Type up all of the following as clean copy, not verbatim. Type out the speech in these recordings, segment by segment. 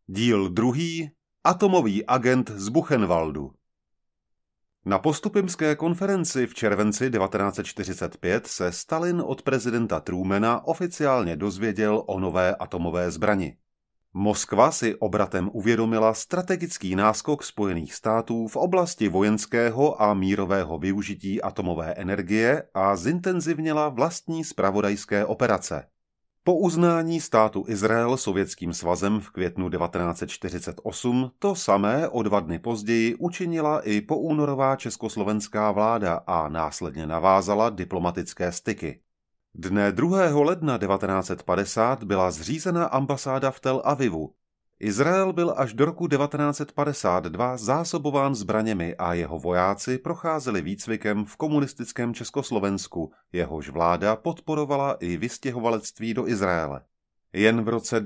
Díl 2. Atomový agent z Buchenwaldu. Na Postupimské konferenci v červenci 1945 se Stalin od prezidenta Trumana oficiálně dozvěděl o nové atomové zbrani. Moskva si obratem uvědomila strategický náskok Spojených států v oblasti vojenského a mírového využití atomové energie a zintenzivnila vlastní zpravodajské operace. Po uznání státu Izrael Sovětským svazem v květnu 1948 to samé o 2 dny později učinila i poúnorová československá vláda a následně navázala diplomatické styky. Dne 2. ledna 1950 byla zřízena ambasáda v Tel Avivu. Izrael byl až do roku 1952 zásobován zbraněmi a jeho vojáci procházeli výcvikem v komunistickém Československu, jehož vláda podporovala i vystěhovalectví do Izraele. Jen v roce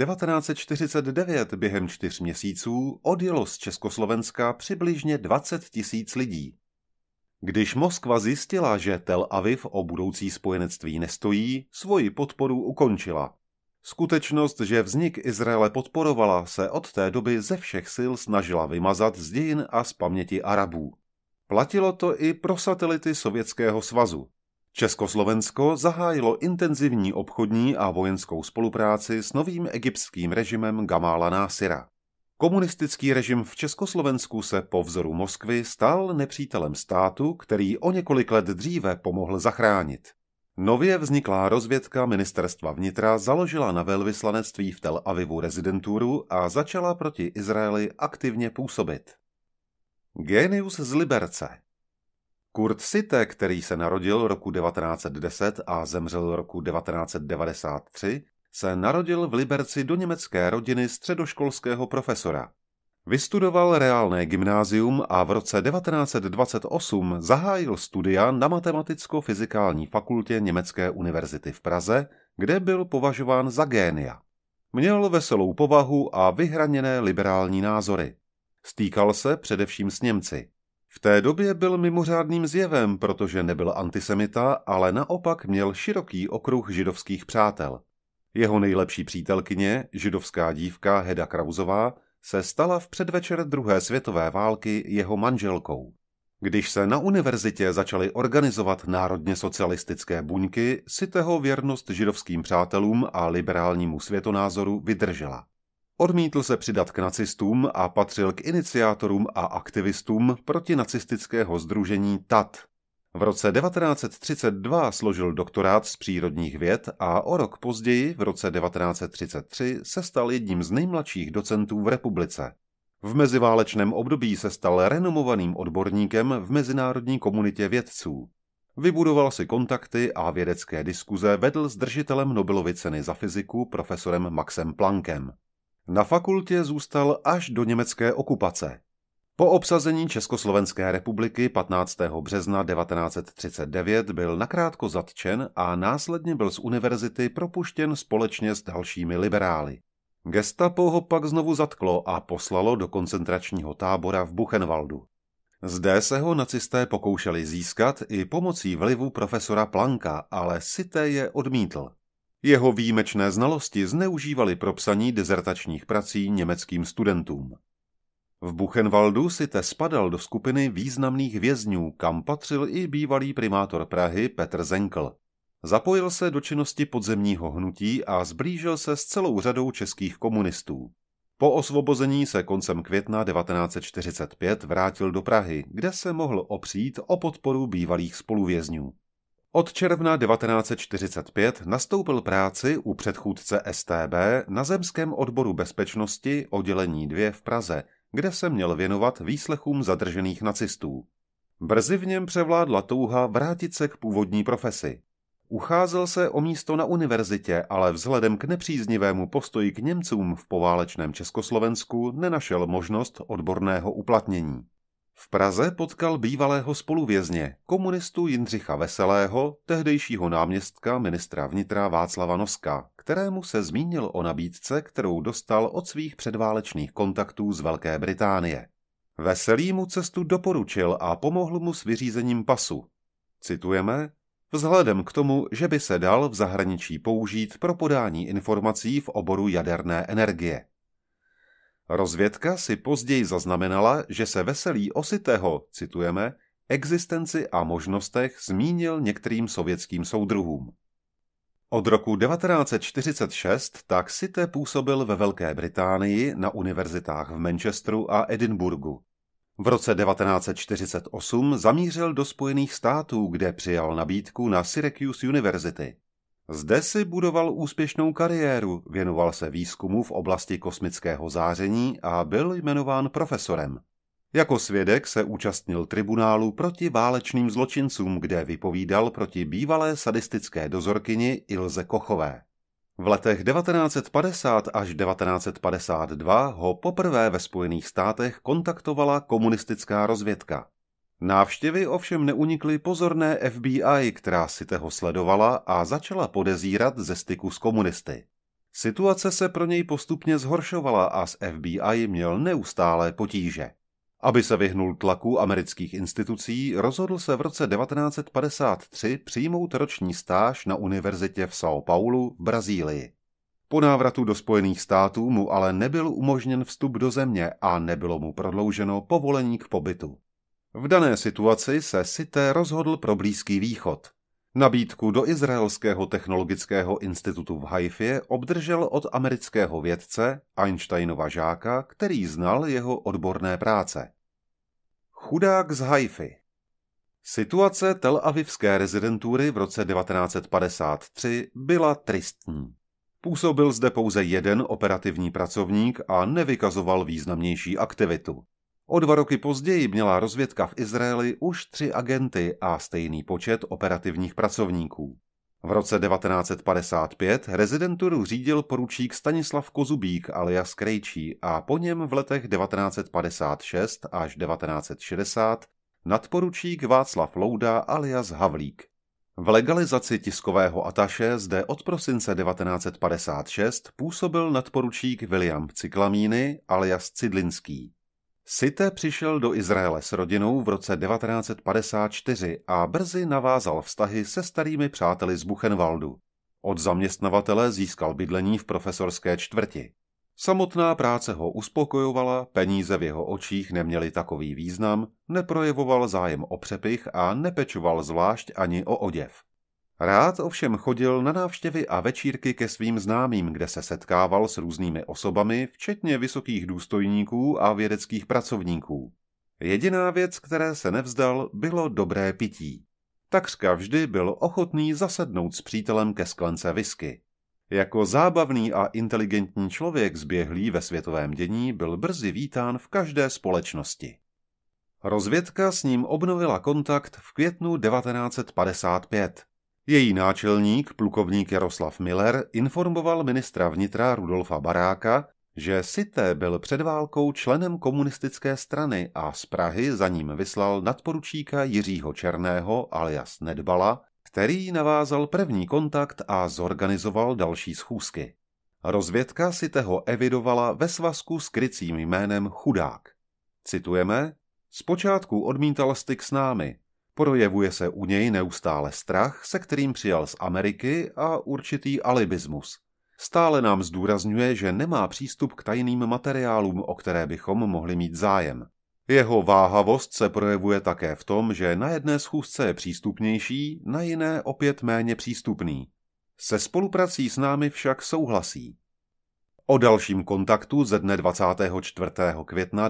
1949 během 4 měsíců odjelo z Československa přibližně 20 000 lidí. Když Moskva zjistila, že Tel Aviv o budoucí spojenectví nestojí, svoji podporu ukončila. Skutečnost, že vznik Izraele podporovala, se od té doby ze všech sil snažila vymazat z dějin a z paměti Arabů. Platilo to i pro satelity Sovětského svazu. Československo zahájilo intenzivní obchodní a vojenskou spolupráci s novým egyptským režimem Gamála Násira. Komunistický režim v Československu se po vzoru Moskvy stal nepřítelem státu, který o několik let dříve pomohl zachránit. Nově vzniklá rozvědka ministerstva vnitra založila na velvyslanectví v Tel Avivu rezidenturu a začala proti Izraeli aktivně působit. Génius z Liberce. Kurt Sitte, který se narodil roku 1910 a zemřel roku 1993, se narodil v Liberci do německé rodiny středoškolského profesora. Vystudoval reálné gymnázium a v roce 1928 zahájil studia na Matematicko-fyzikální fakultě Německé univerzity v Praze, kde byl považován za génia. Měl veselou povahu a vyhraněné liberální názory. Stýkal se především s Němci. V té době byl mimořádným zjevem, protože nebyl antisemita, ale naopak měl široký okruh židovských přátel. Jeho nejlepší přítelkyně, židovská dívka Heda Krausová, se stala v předvečer druhé světové války jeho manželkou. Když se na univerzitě začaly organizovat národně socialistické buňky, Sitteho věrnost židovským přátelům a liberálnímu světonázoru vydržela. Odmítl se přidat k nacistům a patřil k iniciátorům a aktivistům protinacistického sdružení TAT. V roce 1932 složil doktorát z přírodních věd a o rok později, v roce 1933, se stal jedním z nejmladších docentů v republice. V meziválečném období se stal renomovaným odborníkem v mezinárodní komunitě vědců. Vybudoval si kontakty a vědecké diskuze vedl s držitelem Nobelovy ceny za fyziku profesorem Maxem Planckem. Na fakultě zůstal až do německé okupace. Po obsazení Československé republiky 15. března 1939 byl nakrátko zatčen a následně byl z univerzity propuštěn společně s dalšími liberály. Gestapo ho pak znovu zatklo a poslalo do koncentračního tábora v Buchenwaldu. Zde se ho nacisté pokoušeli získat i pomocí vlivu profesora Plancka, ale Sitte je odmítl. Jeho výjimečné znalosti zneužívali pro psaní dizertačních prací německým studentům. V Buchenwaldu Sitte spadal do skupiny významných vězňů, kam patřil i bývalý primátor Prahy Petr Zenkl. Zapojil se do činnosti podzemního hnutí a zblížil se s celou řadou českých komunistů. Po osvobození se koncem května 1945 vrátil do Prahy, kde se mohl opřít o podporu bývalých spoluvězňů. Od června 1945 nastoupil práci u předchůdce StB na zemském odboru bezpečnosti oddělení 2 v Praze, kde se měl věnovat výslechům zadržených nacistů. Brzy v něm převládla touha vrátit se k původní profesi. Ucházel se o místo na univerzitě, ale vzhledem k nepříznivému postoji k Němcům v poválečném Československu nenašel možnost odborného uplatnění. V Praze potkal bývalého spoluvězně, komunistu Jindřicha Veselého, tehdejšího náměstka ministra vnitra Václava Noska, kterému se zmínil o nabídce, kterou dostal od svých předválečných kontaktů z Velké Británie. Veselý mu cestu doporučil a pomohl mu s vyřízením pasu. Citujeme: vzhledem k tomu, že by se dal v zahraničí použít pro podání informací v oboru jaderné energie. Rozvědka si později zaznamenala, že se Veselý o Sitteho, citujeme, existenci a možnostech zmínil některým sovětským soudruhům. Od roku 1946 tak Sitte působil ve Velké Británii na univerzitách v Manchesteru a Edinburghu. V roce 1948 zamířil do Spojených států, kde přijal nabídku na Syracuse University. Zde si budoval úspěšnou kariéru, věnoval se výzkumu v oblasti kosmického záření a byl jmenován profesorem. Jako svědek se účastnil tribunálu proti válečným zločincům, kde vypovídal proti bývalé sadistické dozorkyni Ilze Kochové. V letech 1950 až 1952 ho poprvé ve Spojených státech kontaktovala komunistická rozvědka. Návštěvy ovšem neunikly pozorné FBI, která Sitteho sledovala a začala podezírat ze styku s komunisty. Situace se pro něj postupně zhoršovala a s FBI měl neustálé potíže. Aby se vyhnul tlaku amerických institucí, rozhodl se v roce 1953 přijmout roční stáž na univerzitě v São Paulo v Brazílii. Po návratu do Spojených států mu ale nebyl umožněn vstup do země a nebylo mu prodlouženo povolení k pobytu. V dané situaci se Sitte rozhodl pro Blízký východ. Nabídku do Izraelského technologického institutu v Haifě obdržel od amerického vědce Einsteinova žáka, který znal jeho odborné práce. Chudák z Haify. Situace telavivské rezidentury v roce 1953 byla tristní. Působil zde pouze jeden operativní pracovník a nevykazoval významnější aktivitu. O 2 roky později měla rozvědka v Izraeli už 3 agenty a stejný počet operativních pracovníků. V roce 1955 rezidenturu řídil poručík Stanislav Kozubík alias Krejčí a po něm v letech 1956 až 1960 nadporučík Václav Louda alias Havlík. V legalizaci tiskového ataše zde od prosince 1956 působil nadporučík William Cyklamíny alias Cidlinský. Sitte přišel do Izraele s rodinou v roce 1954 a brzy navázal vztahy se starými přáteli z Buchenwaldu. Od zaměstnavatele získal bydlení v profesorské čtvrti. Samotná práce ho uspokojovala, peníze v jeho očích neměly takový význam, neprojevoval zájem o přepych a nepečoval zvlášť ani o oděv. Rád ovšem chodil na návštěvy a večírky ke svým známým, kde se setkával s různými osobami, včetně vysokých důstojníků a vědeckých pracovníků. Jediná věc, které se nevzdal, bylo dobré pití. Takřka vždy byl ochotný zasednout s přítelem ke sklence whisky. Jako zábavný a inteligentní člověk zběhlý ve světovém dění byl brzy vítán v každé společnosti. Rozvědka s ním obnovila kontakt v květnu 1955. Její náčelník, plukovník Jaroslav Miller, informoval ministra vnitra Rudolfa Baráka, že Sitte byl před válkou členem komunistické strany a z Prahy za ním vyslal nadporučíka Jiřího Černého alias Nedbala, který navázal první kontakt a zorganizoval další schůzky. Rozvědka Sitteho evidovala ve svazku s krycím jménem Chudák. Citujeme: Zpočátku odmítal styk s námi. Projevuje se u něj neustále strach, se kterým přijal z Ameriky, a určitý alibismus. Stále nám zdůrazňuje, že nemá přístup k tajným materiálům, o které bychom mohli mít zájem. Jeho váhavost se projevuje také v tom, že na jedné schůzce je přístupnější, na jiné opět méně přístupný. Se spoluprací s námi však souhlasí. O dalším kontaktu ze dne 24. května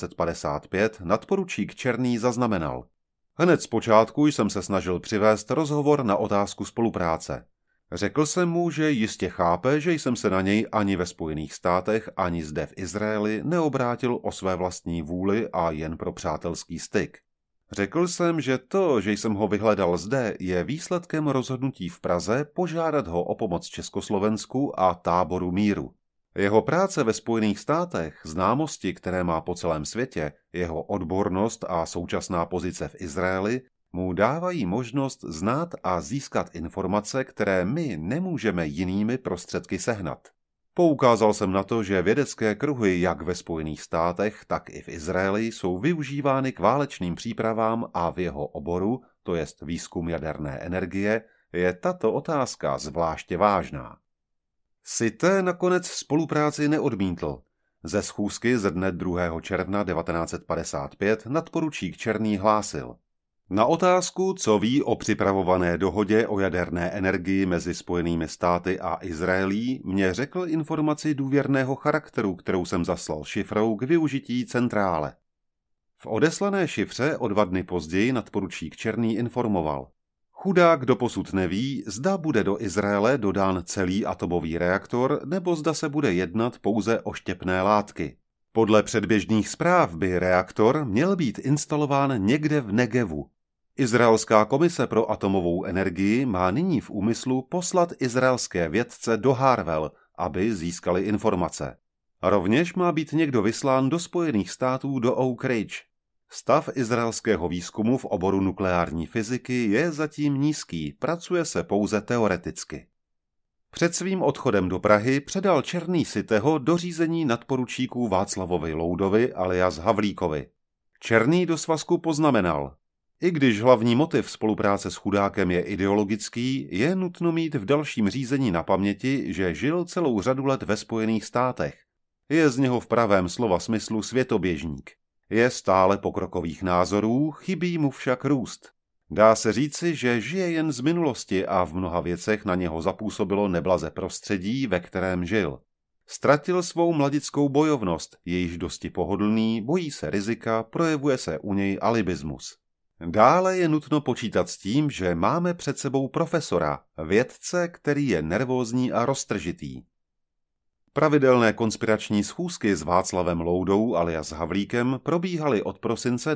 1955 nadporučík Černý zaznamenal: Hned zpočátku jsem se snažil přivést rozhovor na otázku spolupráce. Řekl jsem mu, že jistě chápe, že jsem se na něj ani ve Spojených státech, ani zde v Izraeli neobrátil o své vlastní vůli a jen pro přátelský styk. Řekl jsem, že to, že jsem ho vyhledal zde, je výsledkem rozhodnutí v Praze požádat ho o pomoc Československu a Táboru míru. Jeho práce ve Spojených státech, známosti, které má po celém světě, jeho odbornost a současná pozice v Izraeli mu dávají možnost znát a získat informace, které my nemůžeme jinými prostředky sehnat. Poukázal jsem na to, že vědecké kruhy jak ve Spojených státech, tak i v Izraeli jsou využívány k válečným přípravám a v jeho oboru, to jest výzkum jaderné energie, je tato otázka zvláště vážná. Sitte nakonec spolupráci neodmítl. Ze schůzky ze dne 2. června 1955 nadporučík Černý hlásil: Na otázku, co ví o připravované dohodě o jaderné energii mezi Spojenými státy a Izraelí, mě řekl informaci důvěrného charakteru, kterou jsem zaslal šifrou k využití centrále. V odeslané šifře o 2 dny později nadporučík Černý informoval: Chudák doposud neví, zda bude do Izraele dodán celý atomový reaktor, nebo zda se bude jednat pouze o štěpné látky. Podle předběžných zpráv by reaktor měl být instalován někde v Negevu. Izraelská komise pro atomovou energii má nyní v úmyslu poslat izraelské vědce do Harwell, aby získali informace. Rovněž má být někdo vyslán do Spojených států do Oak Ridge. Stav izraelského výzkumu v oboru nukleární fyziky je zatím nízký, pracuje se pouze teoreticky. Před svým odchodem do Prahy předal Černý Sitteho do řízení nadporučíků Václavovi Loudovi alias Havlíkovi. Černý do svazku poznamenal: I když hlavní motiv spolupráce s Chudákem je ideologický, je nutno mít v dalším řízení na paměti, že žil celou řadu let ve Spojených státech. Je z něho v pravém slova smyslu světoběžník. Je stále pokrokových názorů, chybí mu však růst. Dá se říci, že žije jen z minulosti a v mnoha věcech na něho zapůsobilo neblaze prostředí, ve kterém žil. Ztratil svou mladickou bojovnost, je již dosti pohodlný, bojí se rizika, projevuje se u něj alibismus. Dále je nutno počítat s tím, že máme před sebou profesora, vědce, který je nervózní a roztržitý. Pravidelné konspirační schůzky s Václavem Loudou alias Havlíkem probíhaly od prosince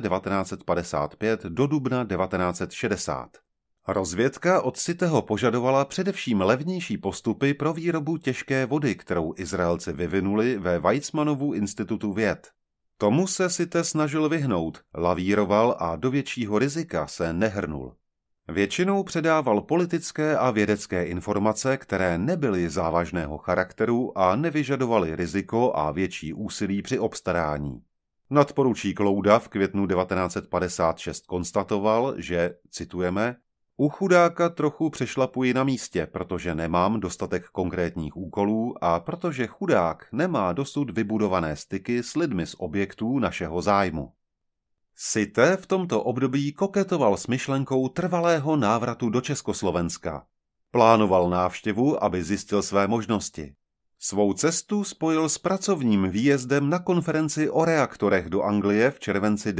1955 do dubna 1960. Rozvědka od Sitteho požadovala především levnější postupy pro výrobu těžké vody, kterou Izraelci vyvinuli ve Weizmannovu institutu věd. Tomu se Sitte snažil vyhnout, lavíroval a do většího rizika se nehrnul. Většinou předával politické a vědecké informace, které nebyly závažného charakteru a nevyžadovaly riziko a větší úsilí při obstarání. Nadporučík Louda v květnu 1956 konstatoval, že, citujeme, u Chudáka trochu přešlapuji na místě, protože nemám dostatek konkrétních úkolů a protože Chudák nemá dosud vybudované styky s lidmi z objektů našeho zájmu. Sitte v tomto období koketoval s myšlenkou trvalého návratu do Československa. Plánoval návštěvu, aby zjistil své možnosti. Svou cestu spojil s pracovním výjezdem na konferenci o reaktorech do Anglie v červenci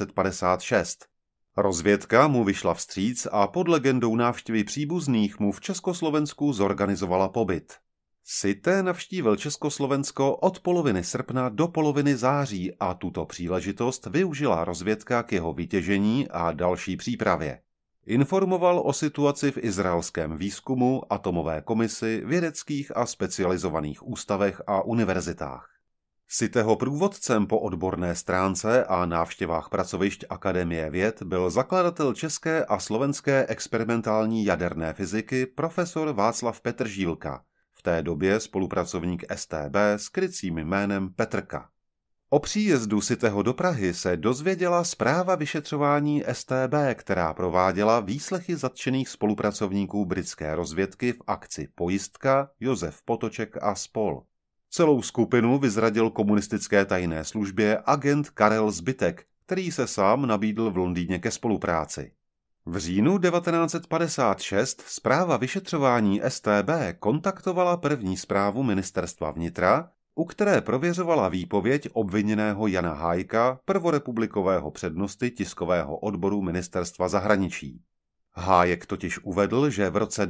1956. Rozvědka mu vyšla vstříc a pod legendou návštěvy příbuzných mu v Československu zorganizovala pobyt. Sitte navštívil Československo od poloviny srpna do poloviny září a tuto příležitost využila rozvědka k jeho vytěžení a další přípravě. Informoval o situaci v izraelském výzkumu, atomové komisi, vědeckých a specializovaných ústavech a univerzitách. Sitteho průvodcem po odborné stránce a návštěvách pracovišť Akademie věd byl zakladatel české a slovenské experimentální jaderné fyziky profesor Václav Petržílka, v té době spolupracovník StB s krycím jménem Petrka. O příjezdu Sitteho do Prahy se dozvěděla zpráva vyšetřování StB, která prováděla výslechy zatčených spolupracovníků britské rozvědky v akci Pojistka, Josef Potoček a spol. Celou skupinu vyzradil komunistické tajné službě agent Karel Zbytek, který se sám nabídl v Londýně ke spolupráci. V říjnu 1956 správa vyšetřování StB kontaktovala první správu ministerstva vnitra, u které prověřovala výpověď obviněného Jana Hájka, prvorepublikového přednosty tiskového odboru ministerstva zahraničí. Hájek totiž uvedl, že v roce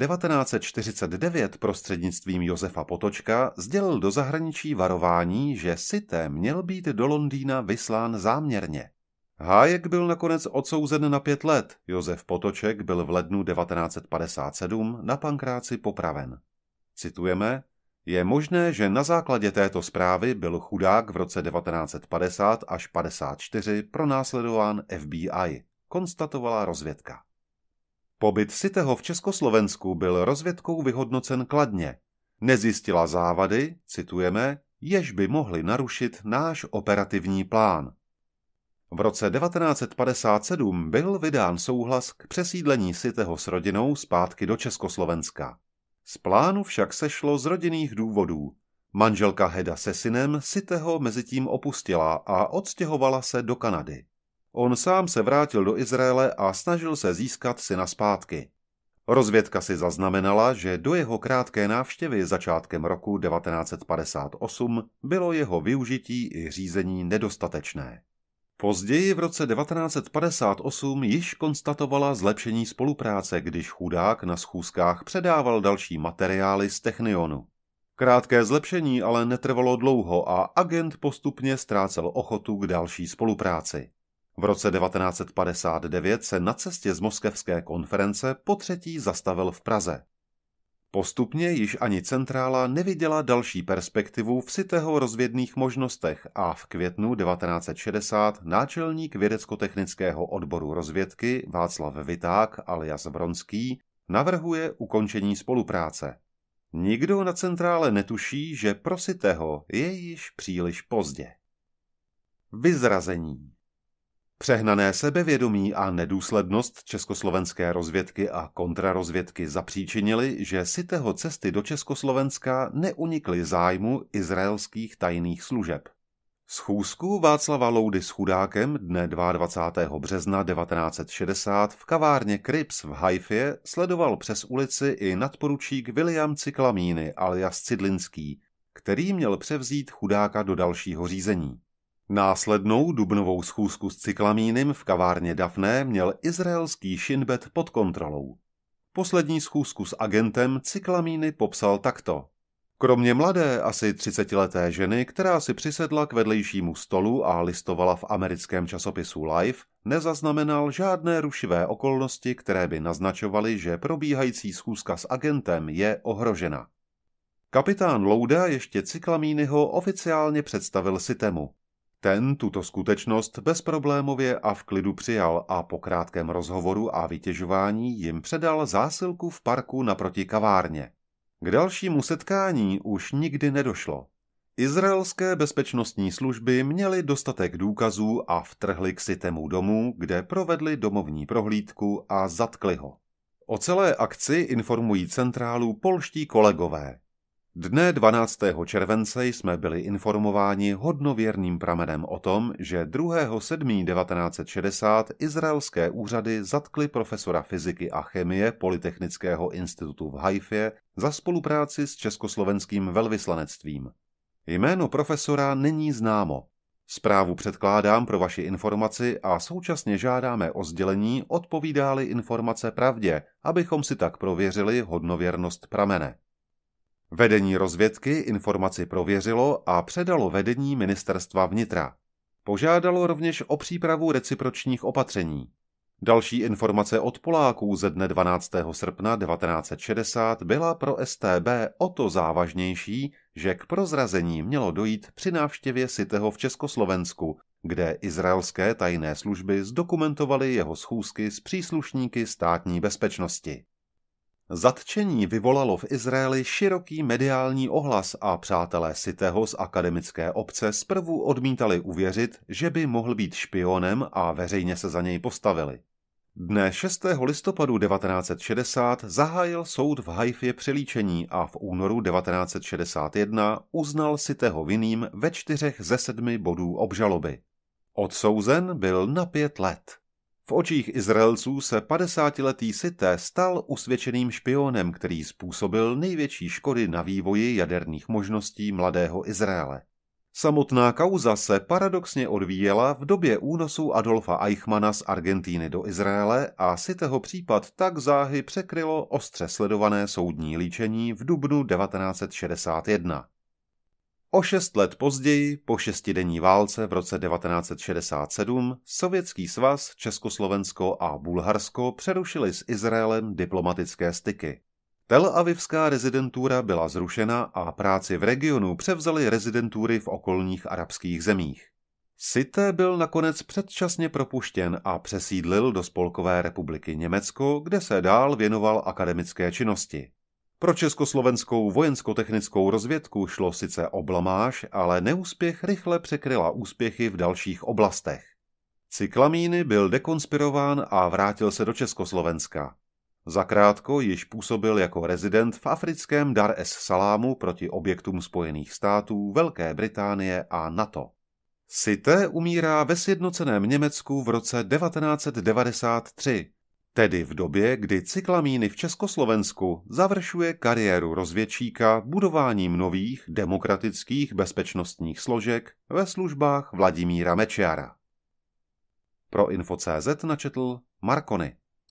1949 prostřednictvím Josefa Potočka sdělil do zahraničí varování, že Sitte měl být do Londýna vyslán záměrně. Hájek byl nakonec odsouzen na 5 let, Josef Potoček byl v lednu 1957 na Pankráci popraven. Citujeme, je možné, že na základě této zprávy byl Chudák v roce 1950 až 54 pronásledován FBI, konstatovala rozvědka. Pobyt Sitteho v Československu byl rozvědkou vyhodnocen kladně. Nezjistila závady, citujeme, jež by mohly narušit náš operativní plán. V roce 1957 byl vydán souhlas k přesídlení Sitteho s rodinou zpátky do Československa. Z plánu však sešlo z rodinných důvodů. Manželka Heda se synem Sitteho mezitím opustila a odstěhovala se do Kanady. On sám se vrátil do Izraele a snažil se získat syna zpátky. Rozvědka si zaznamenala, že do jeho krátké návštěvy začátkem roku 1958 bylo jeho využití i řízení nedostatečné. Později v roce 1958 již konstatovala zlepšení spolupráce, když chudák na schůzkách předával další materiály z Technionu. Krátké zlepšení ale netrvalo dlouho a agent postupně ztrácel ochotu k další spolupráci. V roce 1959 se na cestě z moskevské konference potřetí zastavil v Praze. Postupně již ani centrála neviděla další perspektivu v Sitteho rozvědných možnostech a v květnu 1960 náčelník vědecko-technického odboru rozvědky Václav Viták alias Vronský navrhuje ukončení spolupráce. Nikdo na centrále netuší, že pro Sitteho je již příliš pozdě. Vyzrazení. Přehnané sebevědomí a nedůslednost československé rozvědky a kontrarozvědky zapříčinily, že Sitteho cesty do Československa neunikly zájmu izraelských tajných služeb. Schůzku Václava Loudy s chudákem dne 22. března 1960 v kavárně Crips v Haifě sledoval přes ulici i nadporučík William Cyklamíny alias Cidlinský, který měl převzít chudáka do dalšího řízení. Následnou dubnovou schůzku s Cyklamínem v kavárně Daphne měl izraelský Shin Bet pod kontrolou. Poslední schůzku s agentem Cyklamíny popsal takto. Kromě mladé, asi 30leté ženy, která si přisedla k vedlejšímu stolu a listovala v americkém časopisu Life, nezaznamenal žádné rušivé okolnosti, které by naznačovaly, že probíhající schůzka s agentem je ohrožena. Kapitán Louda ještě Cyklamínyho oficiálně představil Sittemu. Ten tuto skutečnost bezproblémově a v klidu přijal a po krátkém rozhovoru a vytěžování jim předal zásilku v parku naproti kavárně. K dalšímu setkání už nikdy nedošlo. Izraelské bezpečnostní služby měly dostatek důkazů a vtrhly k Sittemu domů, kde provedli domovní prohlídku a zatkli ho. O celé akci informují centrálu polští kolegové. Dne 12. července jsme byli informováni hodnověrným pramenem o tom, že 2.7.1960 izraelské úřady zatkly profesora fyziky a chemie Polytechnického institutu v Haifě za spolupráci s československým velvyslanectvím. Jméno profesora není známo. Zprávu předkládám pro vaši informaci a současně žádáme o sdělení, odpovídá-li informace pravdě, abychom si tak prověřili hodnověrnost pramene. Vedení rozvědky informaci prověřilo a předalo vedení ministerstva vnitra. Požádalo rovněž o přípravu recipročních opatření. Další informace od Poláků ze dne 12. srpna 1960 byla pro StB o to závažnější, že k prozrazení mělo dojít při návštěvě Sitteho v Československu, kde izraelské tajné služby zdokumentovaly jeho schůzky s příslušníky státní bezpečnosti. Zatčení vyvolalo v Izraeli široký mediální ohlas a přátelé Sitteho z akademické obce zprvu odmítali uvěřit, že by mohl být špionem a veřejně se za něj postavili. Dne 6. listopadu 1960 zahájil soud v Haifě přelíčení a v únoru 1961 uznal Sitteho vinným ve 4 ze 7 bodů obžaloby. Odsouzen byl na 5 let. V očích Izraelců se 50letý Sitte stal usvědčeným špionem, který způsobil největší škody na vývoji jaderných možností mladého Izraele. Samotná kauza se paradoxně odvíjela v době únosu Adolfa Eichmanna z Argentíny do Izraele a Sitteho případ tak záhy překrylo ostře sledované soudní líčení v dubnu 1961. O 6 let později, po 6denní válce v roce 1967, Sovětský svaz, Československo a Bulharsko přerušili s Izraelem diplomatické styky. Tel Avivská rezidentura byla zrušena a práci v regionu převzaly rezidentury v okolních arabských zemích. Sitte byl nakonec předčasně propuštěn a přesídlil do Spolkové republiky Německo, kde se dál věnoval akademické činnosti. Pro československou vojensko-technickou rozvědku šlo sice o blamáž, ale neúspěch rychle překryla úspěchy v dalších oblastech. Cyklamíny byl dekonspirován a vrátil se do Československa. Zakrátko již působil jako rezident v africkém Dar es Salámu proti objektům Spojených států, Velké Británie a NATO. Sitte umírá ve sjednoceném Německu v roce 1993, tedy v době, kdy Cyklamíny v Československu završuje kariéru rozvědčíka budováním nových demokratických bezpečnostních složek ve službách Vladimíra Mečiara. Pro Info.cz načetl Marconi.